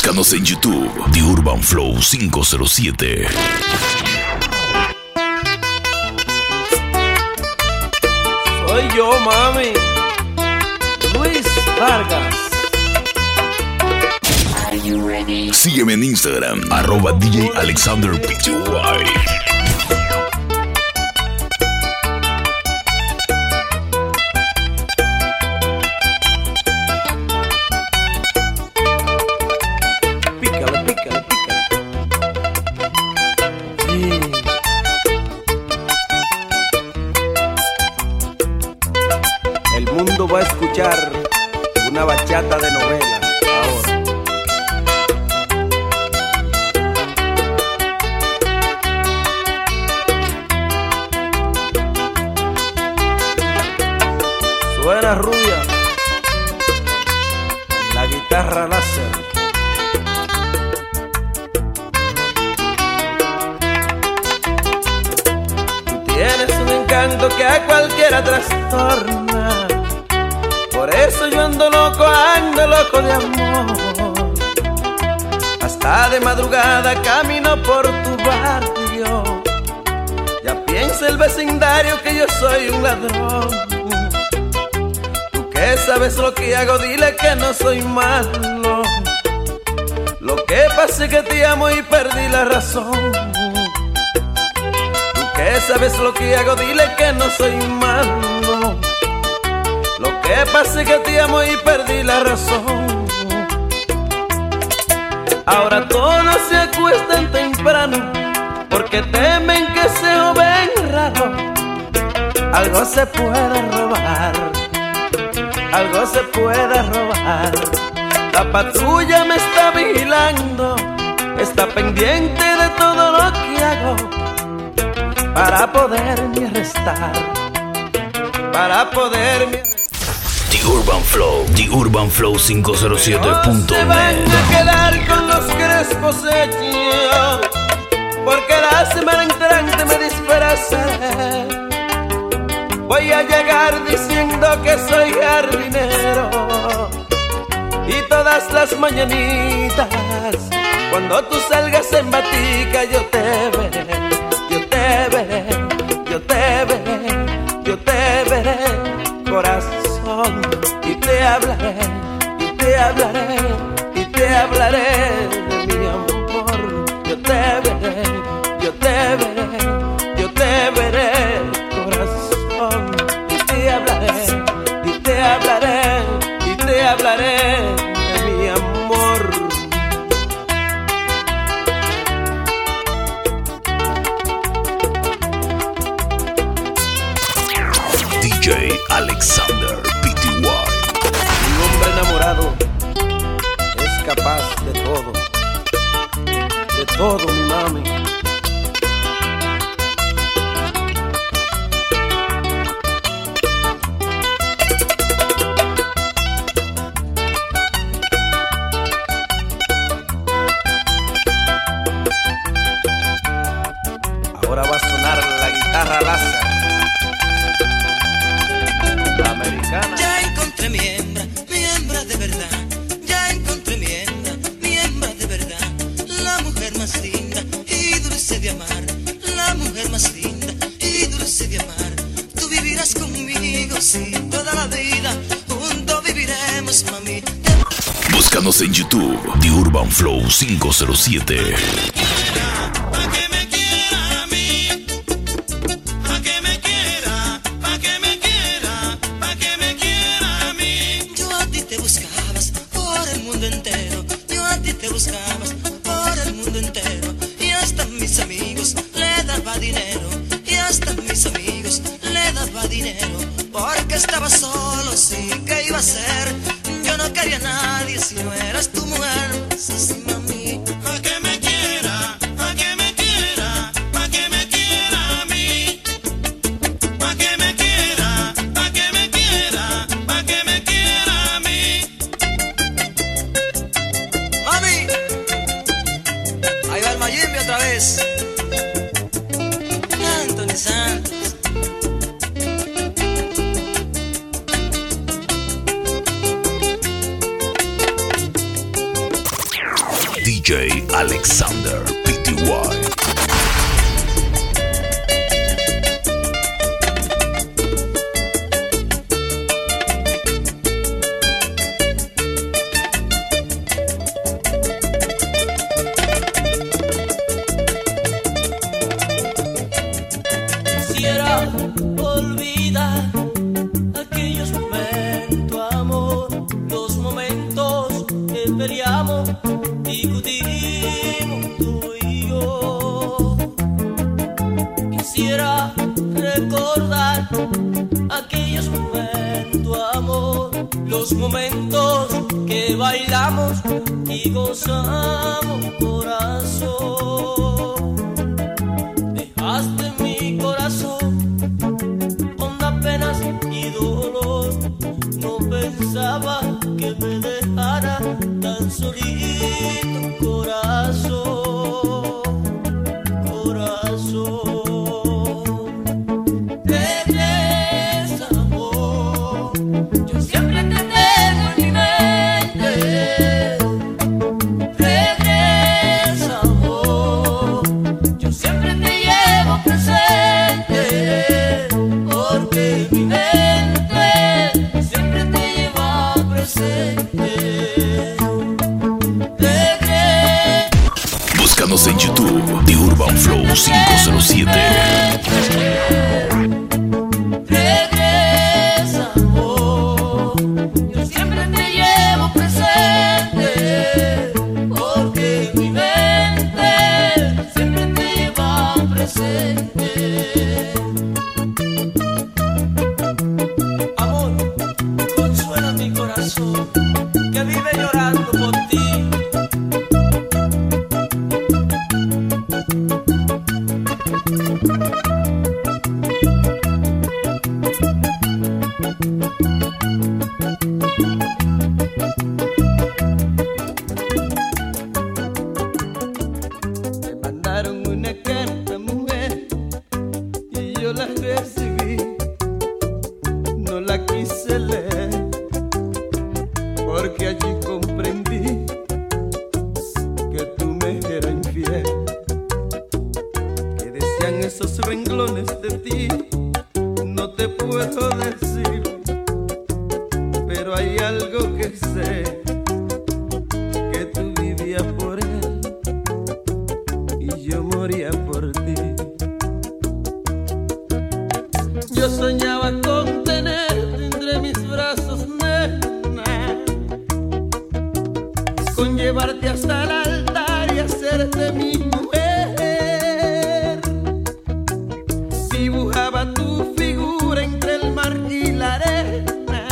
Búscanos en YouTube, The Urban Flow 507. Soy yo, mami. Luis Vargas. Sígueme en Instagram, @DJ Alexander Pty. El mundo va a escuchar una bachata de novela ahora. Suena rubia, la guitarra láser. Tienes un encanto que a cualquiera trastorna. Por eso yo ando loco de amor. Hasta de madrugada camino por tu barrio. Ya piensa el vecindario que yo soy un ladrón. Tú que sabes lo que hago, dile que no soy malo. Lo que pasa es que te amo y perdí la razón. Que sabes lo que hago, dile que no soy malo. Lo que pasa es que te amo y perdí la razón. Ahora todos se acuestan temprano porque temen que se joven raro. Algo se puede robar, algo se puede robar. La patrulla me está vigilando, está pendiente de todo lo que hago. Para poderme arrestar, para poderme arrestar. The Urban Flow, The Urban Flow 507.net. No se van a quedar con los crespos hechos, porque la semana entrante me disfrazaré. Voy a llegar diciendo que soy jardinero, y todas las mañanitas, cuando tú salgas en batica, yo te veré. Yo te veré, yo te veré, yo te veré, corazón, y te hablaré, y te hablaré, y te hablaré de mi amor. Yo te veré, yo te veré, yo te veré, corazón, y te hablaré, y te hablaré, y te hablaré de mi amor. DJ Alexander Pty. Un hombre enamorado es capaz de todo, mi mami. Ahora va a sonar la guitarra láser. Ya encontré mi hembra de verdad. Ya encontré mi hembra de verdad. La mujer más linda y dulce de amar. La mujer más linda y dulce de amar. Tú vivirás conmigo, sí, toda la vida. Juntos viviremos, mami. Búscanos en YouTube, The Urban Flow 507. Porque estaba solo, sí, ¿qué iba a hacer? Yo no quería a nadie si no eras tu mujer. Sí, mami. Pa' que me quiera, pa' que me quiera, pa' que me quiera a mí. Pa' que me quiera, pa' que me quiera, pa' que me quiera a mí. Mami, ahí va el Mayimbe otra vez. Anthony Santos. DJ Alexander Pty. Quisiera olvidar aquellos momentos, amor, los momentos que peleamos, discutimos tú y yo. Quisiera recordar aquellos momentos, amor, los momentos que bailamos y gozamos, corazón. Dejaste mi corazón con penas y dolor. No pensaba que me dejara tan solito, corazón, corazón. Regresa, amor, yo siempre te tengo en mi mente. Regresa, amor, yo siempre te llevo presente, porque mi mente siempre te lleva presente. Búscanos en YouTube, The Urban Flow 507. Regresa, amor, yo siempre te llevo presente, porque mi mente siempre te lleva presente. Amor, consuela mi corazón, que vive llorando por ti. Me mandaron una carta, mujer, y yo la recibí. No la quise leer, porque allí comprendí que tú me eras infiel. Que decían esos renglones de ti, no te puedo decir, pero hay algo que sé, que tú vivías por él y yo moría por ti. Yo soñaba con tenerte entre mis brazos, nena, con llevarte hasta el altar y hacerte mi mujer. Dibujaba tu figura entre el mar y la arena,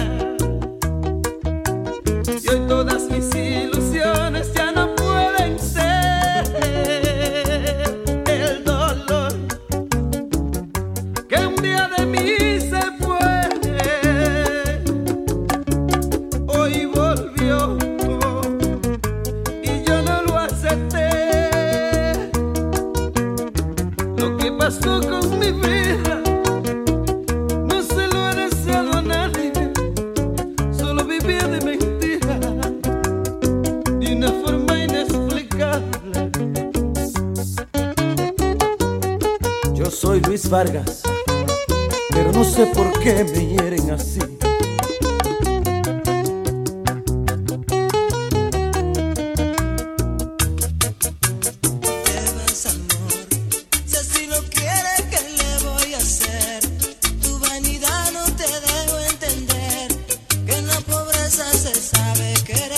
y hoy todas mis ilusiones ya no pueden ser. El dolor que un día de mí se fue, hoy volvió y yo no lo acepté. Lo que pasó con mi vida no se lo he deseado a nadie, solo vivía de mentira, de una forma inexplicable. Yo soy Luis Vargas, pero no sé por qué me hieren así. Debes amor, si así lo quiere, ¿qué le voy a hacer? Tu vanidad no te dejo entender, que en la pobreza se sabe querer.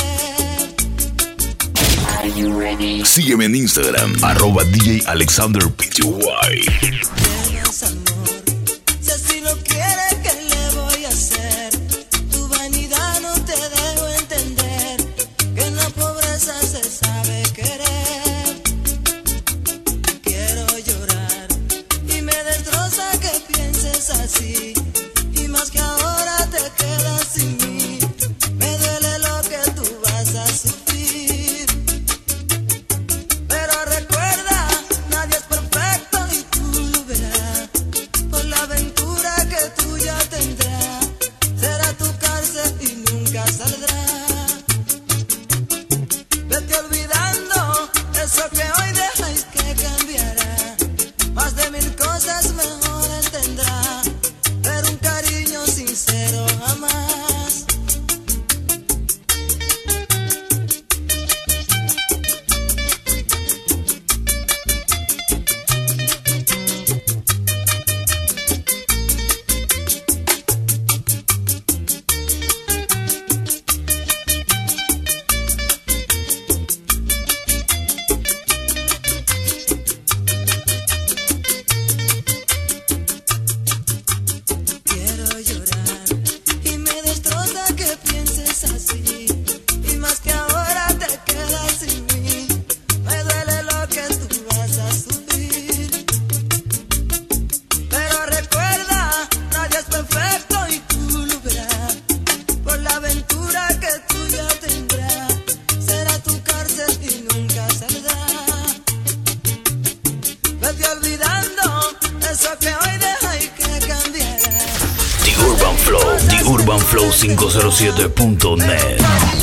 Sígueme en Instagram, @DJ Alexander Pty. Debes amor, si así lo quiere, ¿qué le voy a hacer? Tu vanidad no te dejo entender, que en la pobreza se sabe querer. Quiero llorar y me destroza que pienses así, y más que ahora te quedas sin mí, me duele lo que tú vas a sufrir. Pero recuerda, nadie es perfecto y tú lo verás. urbanflow507.net.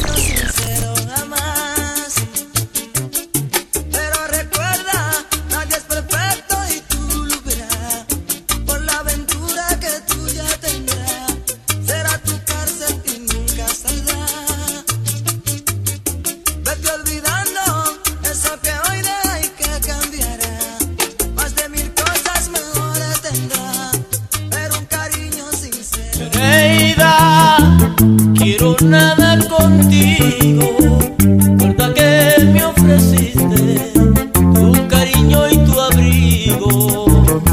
Quiero nada contigo, recuerda que me ofreciste tu cariño y tu abrigo.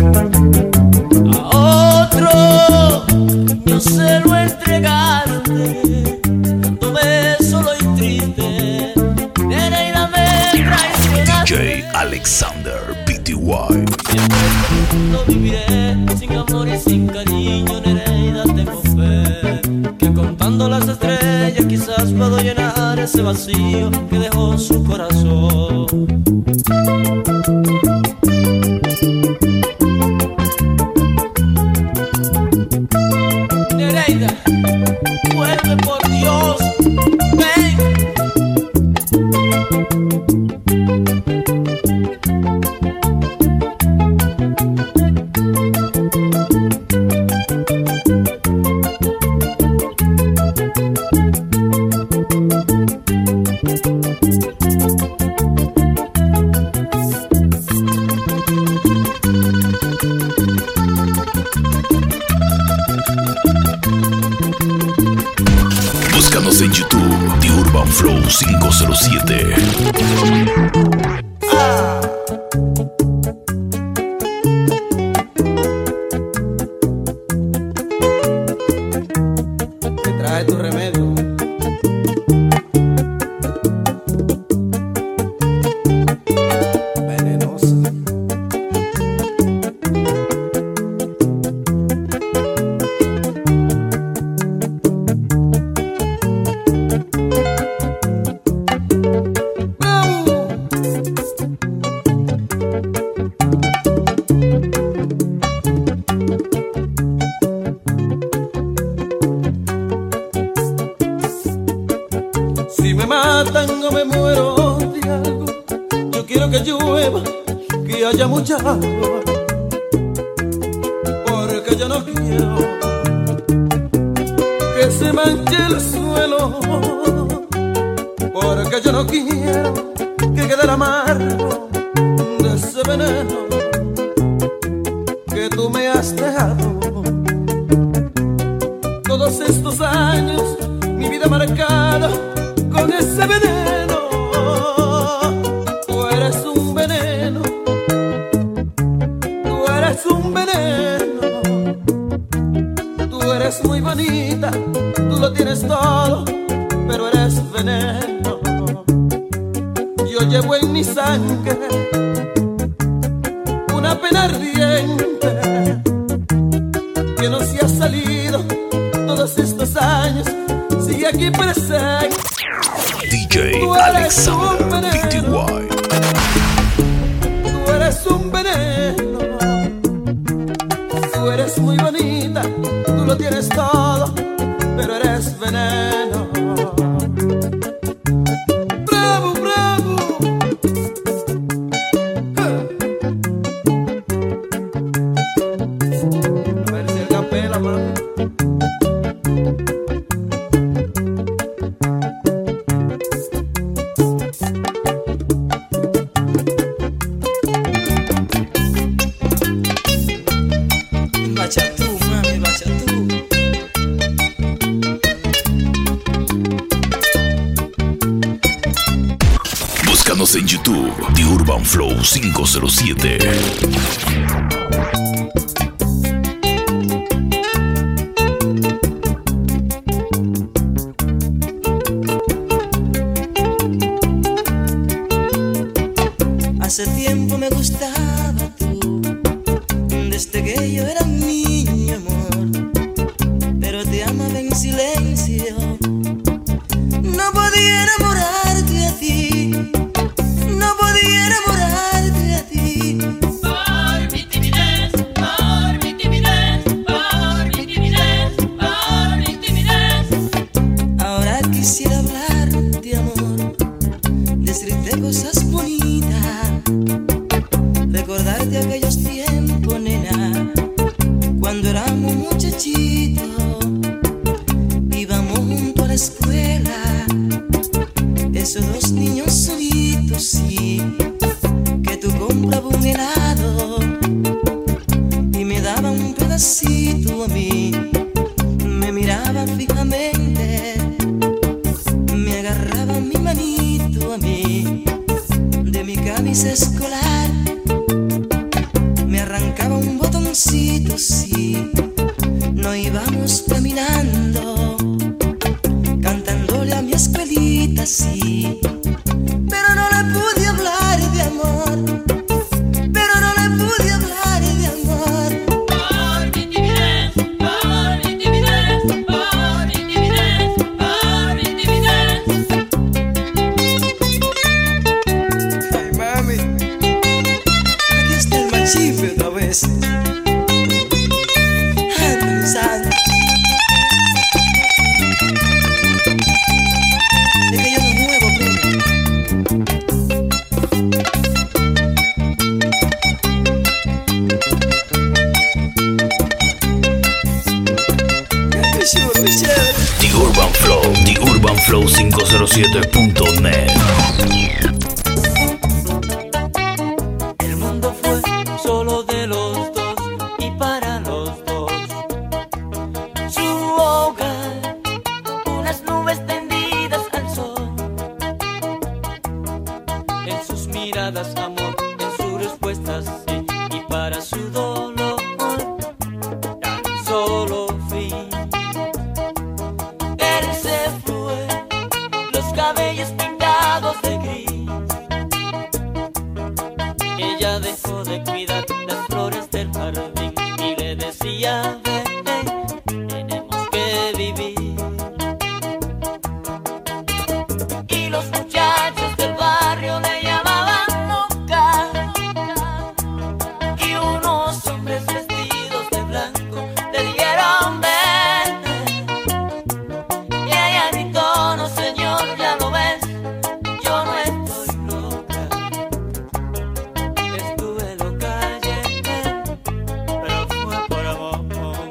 A otro yo se lo entregaste, dejándome solo y triste. Nereida, me traicionaste. DJ Alexander Pty. No viviré sin amor y sin cariño, Nereida, tengo fe que contando las estrellas quizás puedo llenar ese vacío que dejó su corazón. Nereida, vuelve por Dios, ven. Búscanos en YouTube, The Urban Flow 507. Te trae tu remedio. Venenosa. Si me matan o me muero de algo, yo quiero que llueva, que haya mucha agua, porque yo no quiero que se manche el suelo, porque yo no quiero que quede el amargo de ese veneno que tú me has dejado. Todos estos años, mi vida marcada con ese veneno. Tú eres un veneno, tú eres un veneno. Tú eres muy bonita, tú lo tienes todo, pero eres veneno. Yo llevo en mi sangre una pena ardiente que no se ha salido todos estos años, sigue aquí presente. DJ Alexander Pty. Tú eres un veneno, tú eres muy bonita, tú lo tienes todo, pero eres veneno. Bravo, bravo. A ver si el capela, mami. Bachatú, mami, bachatú. Búscanos en YouTube, The Urban Flow 507. Hace tiempo me gustaba tú, desde que yo era un niño, amor, pero te amaba en silencio. No podía enamorarte a ti, no podía enamorarte a ti. Por mi timidez, por mi timidez, por mi timidez, por mi timidez. los niños solitos, sí, que tú comprabas un helado y me daba un pedacito a mí. Me miraba fijamente, me agarraba mi manito a mí de mi camisa escolar, me arrancaba un botoncito, sí. No íbamos caminando, cantándole a mi escuelita, sí. Pero no le pude hablar de amor, pero no le pude hablar de amor. Por intimidez, por intimidez, por intimidez, por intimidez. Ay, mami, aquí está el machife otra vez. The Urban Flow 507.net. El mundo fue solo de los dos y para los dos. Su hogar, unas nubes tendidas al sol. En sus miradas amor, en sus respuestas sí, y para su dolor tan solo fin. Él se fue, los cabellos pintados de gris. Ella dejó de cuidar las flores del jardín y le decía, ven, tenemos que vivir. Y los muchachos del barrio le llamaban loca, y unos hombres vestidos de blanco le dijeron, ven. Y ella gritó, no señor, ya lo ves, yo no estoy loca. Estuve loca ayer, pero fue por amor.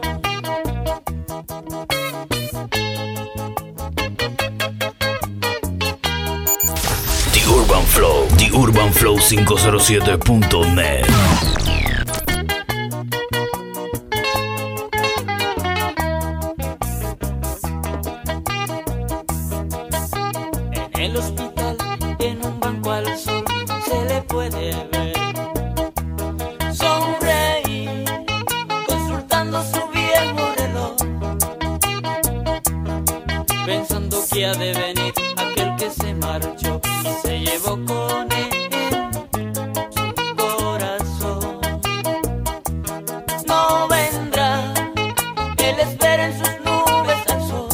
The Urban Flow 507.net. En el hospital, en un banco al sol, se le puede ver sonreír, consultando su viejo reloj, pensando que ha de venir aquel que se marchó y se llevó con él su corazón. No vendrá, él espera en sus nubes al sol.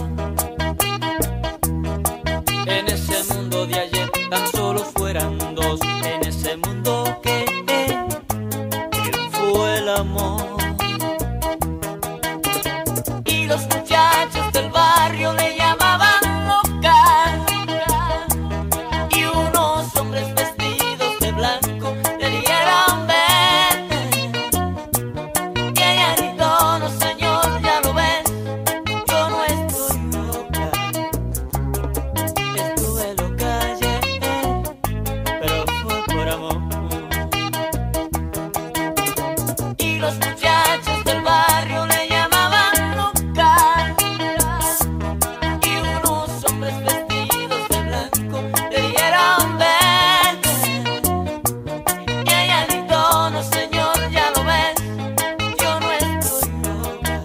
En ese mundo de ayer tan solo fueran dos, en ese mundo que triunfó el amor. Y los muchachos del barrio le llamaban loca, y unos hombres vestidos de blanco le dijeron, ven. Y ella gritó, no señor, ya lo ves, yo no estoy loca. Estuve loca ayer, pero fue por amor. Y los muchachos del barrio le llamaban loca, y unos hombres vestidos de blanco le dijeron, ven. Y ella gritó, no señor, ya lo ves, yo no estoy loca.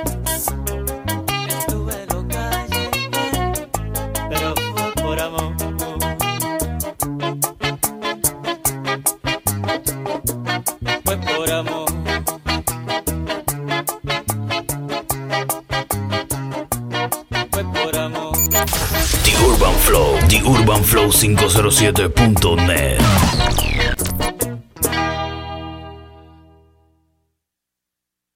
Estuve loca ayer, pero fue por amor. Fue por amor. Fue por amor. The Urban Flow 507.net.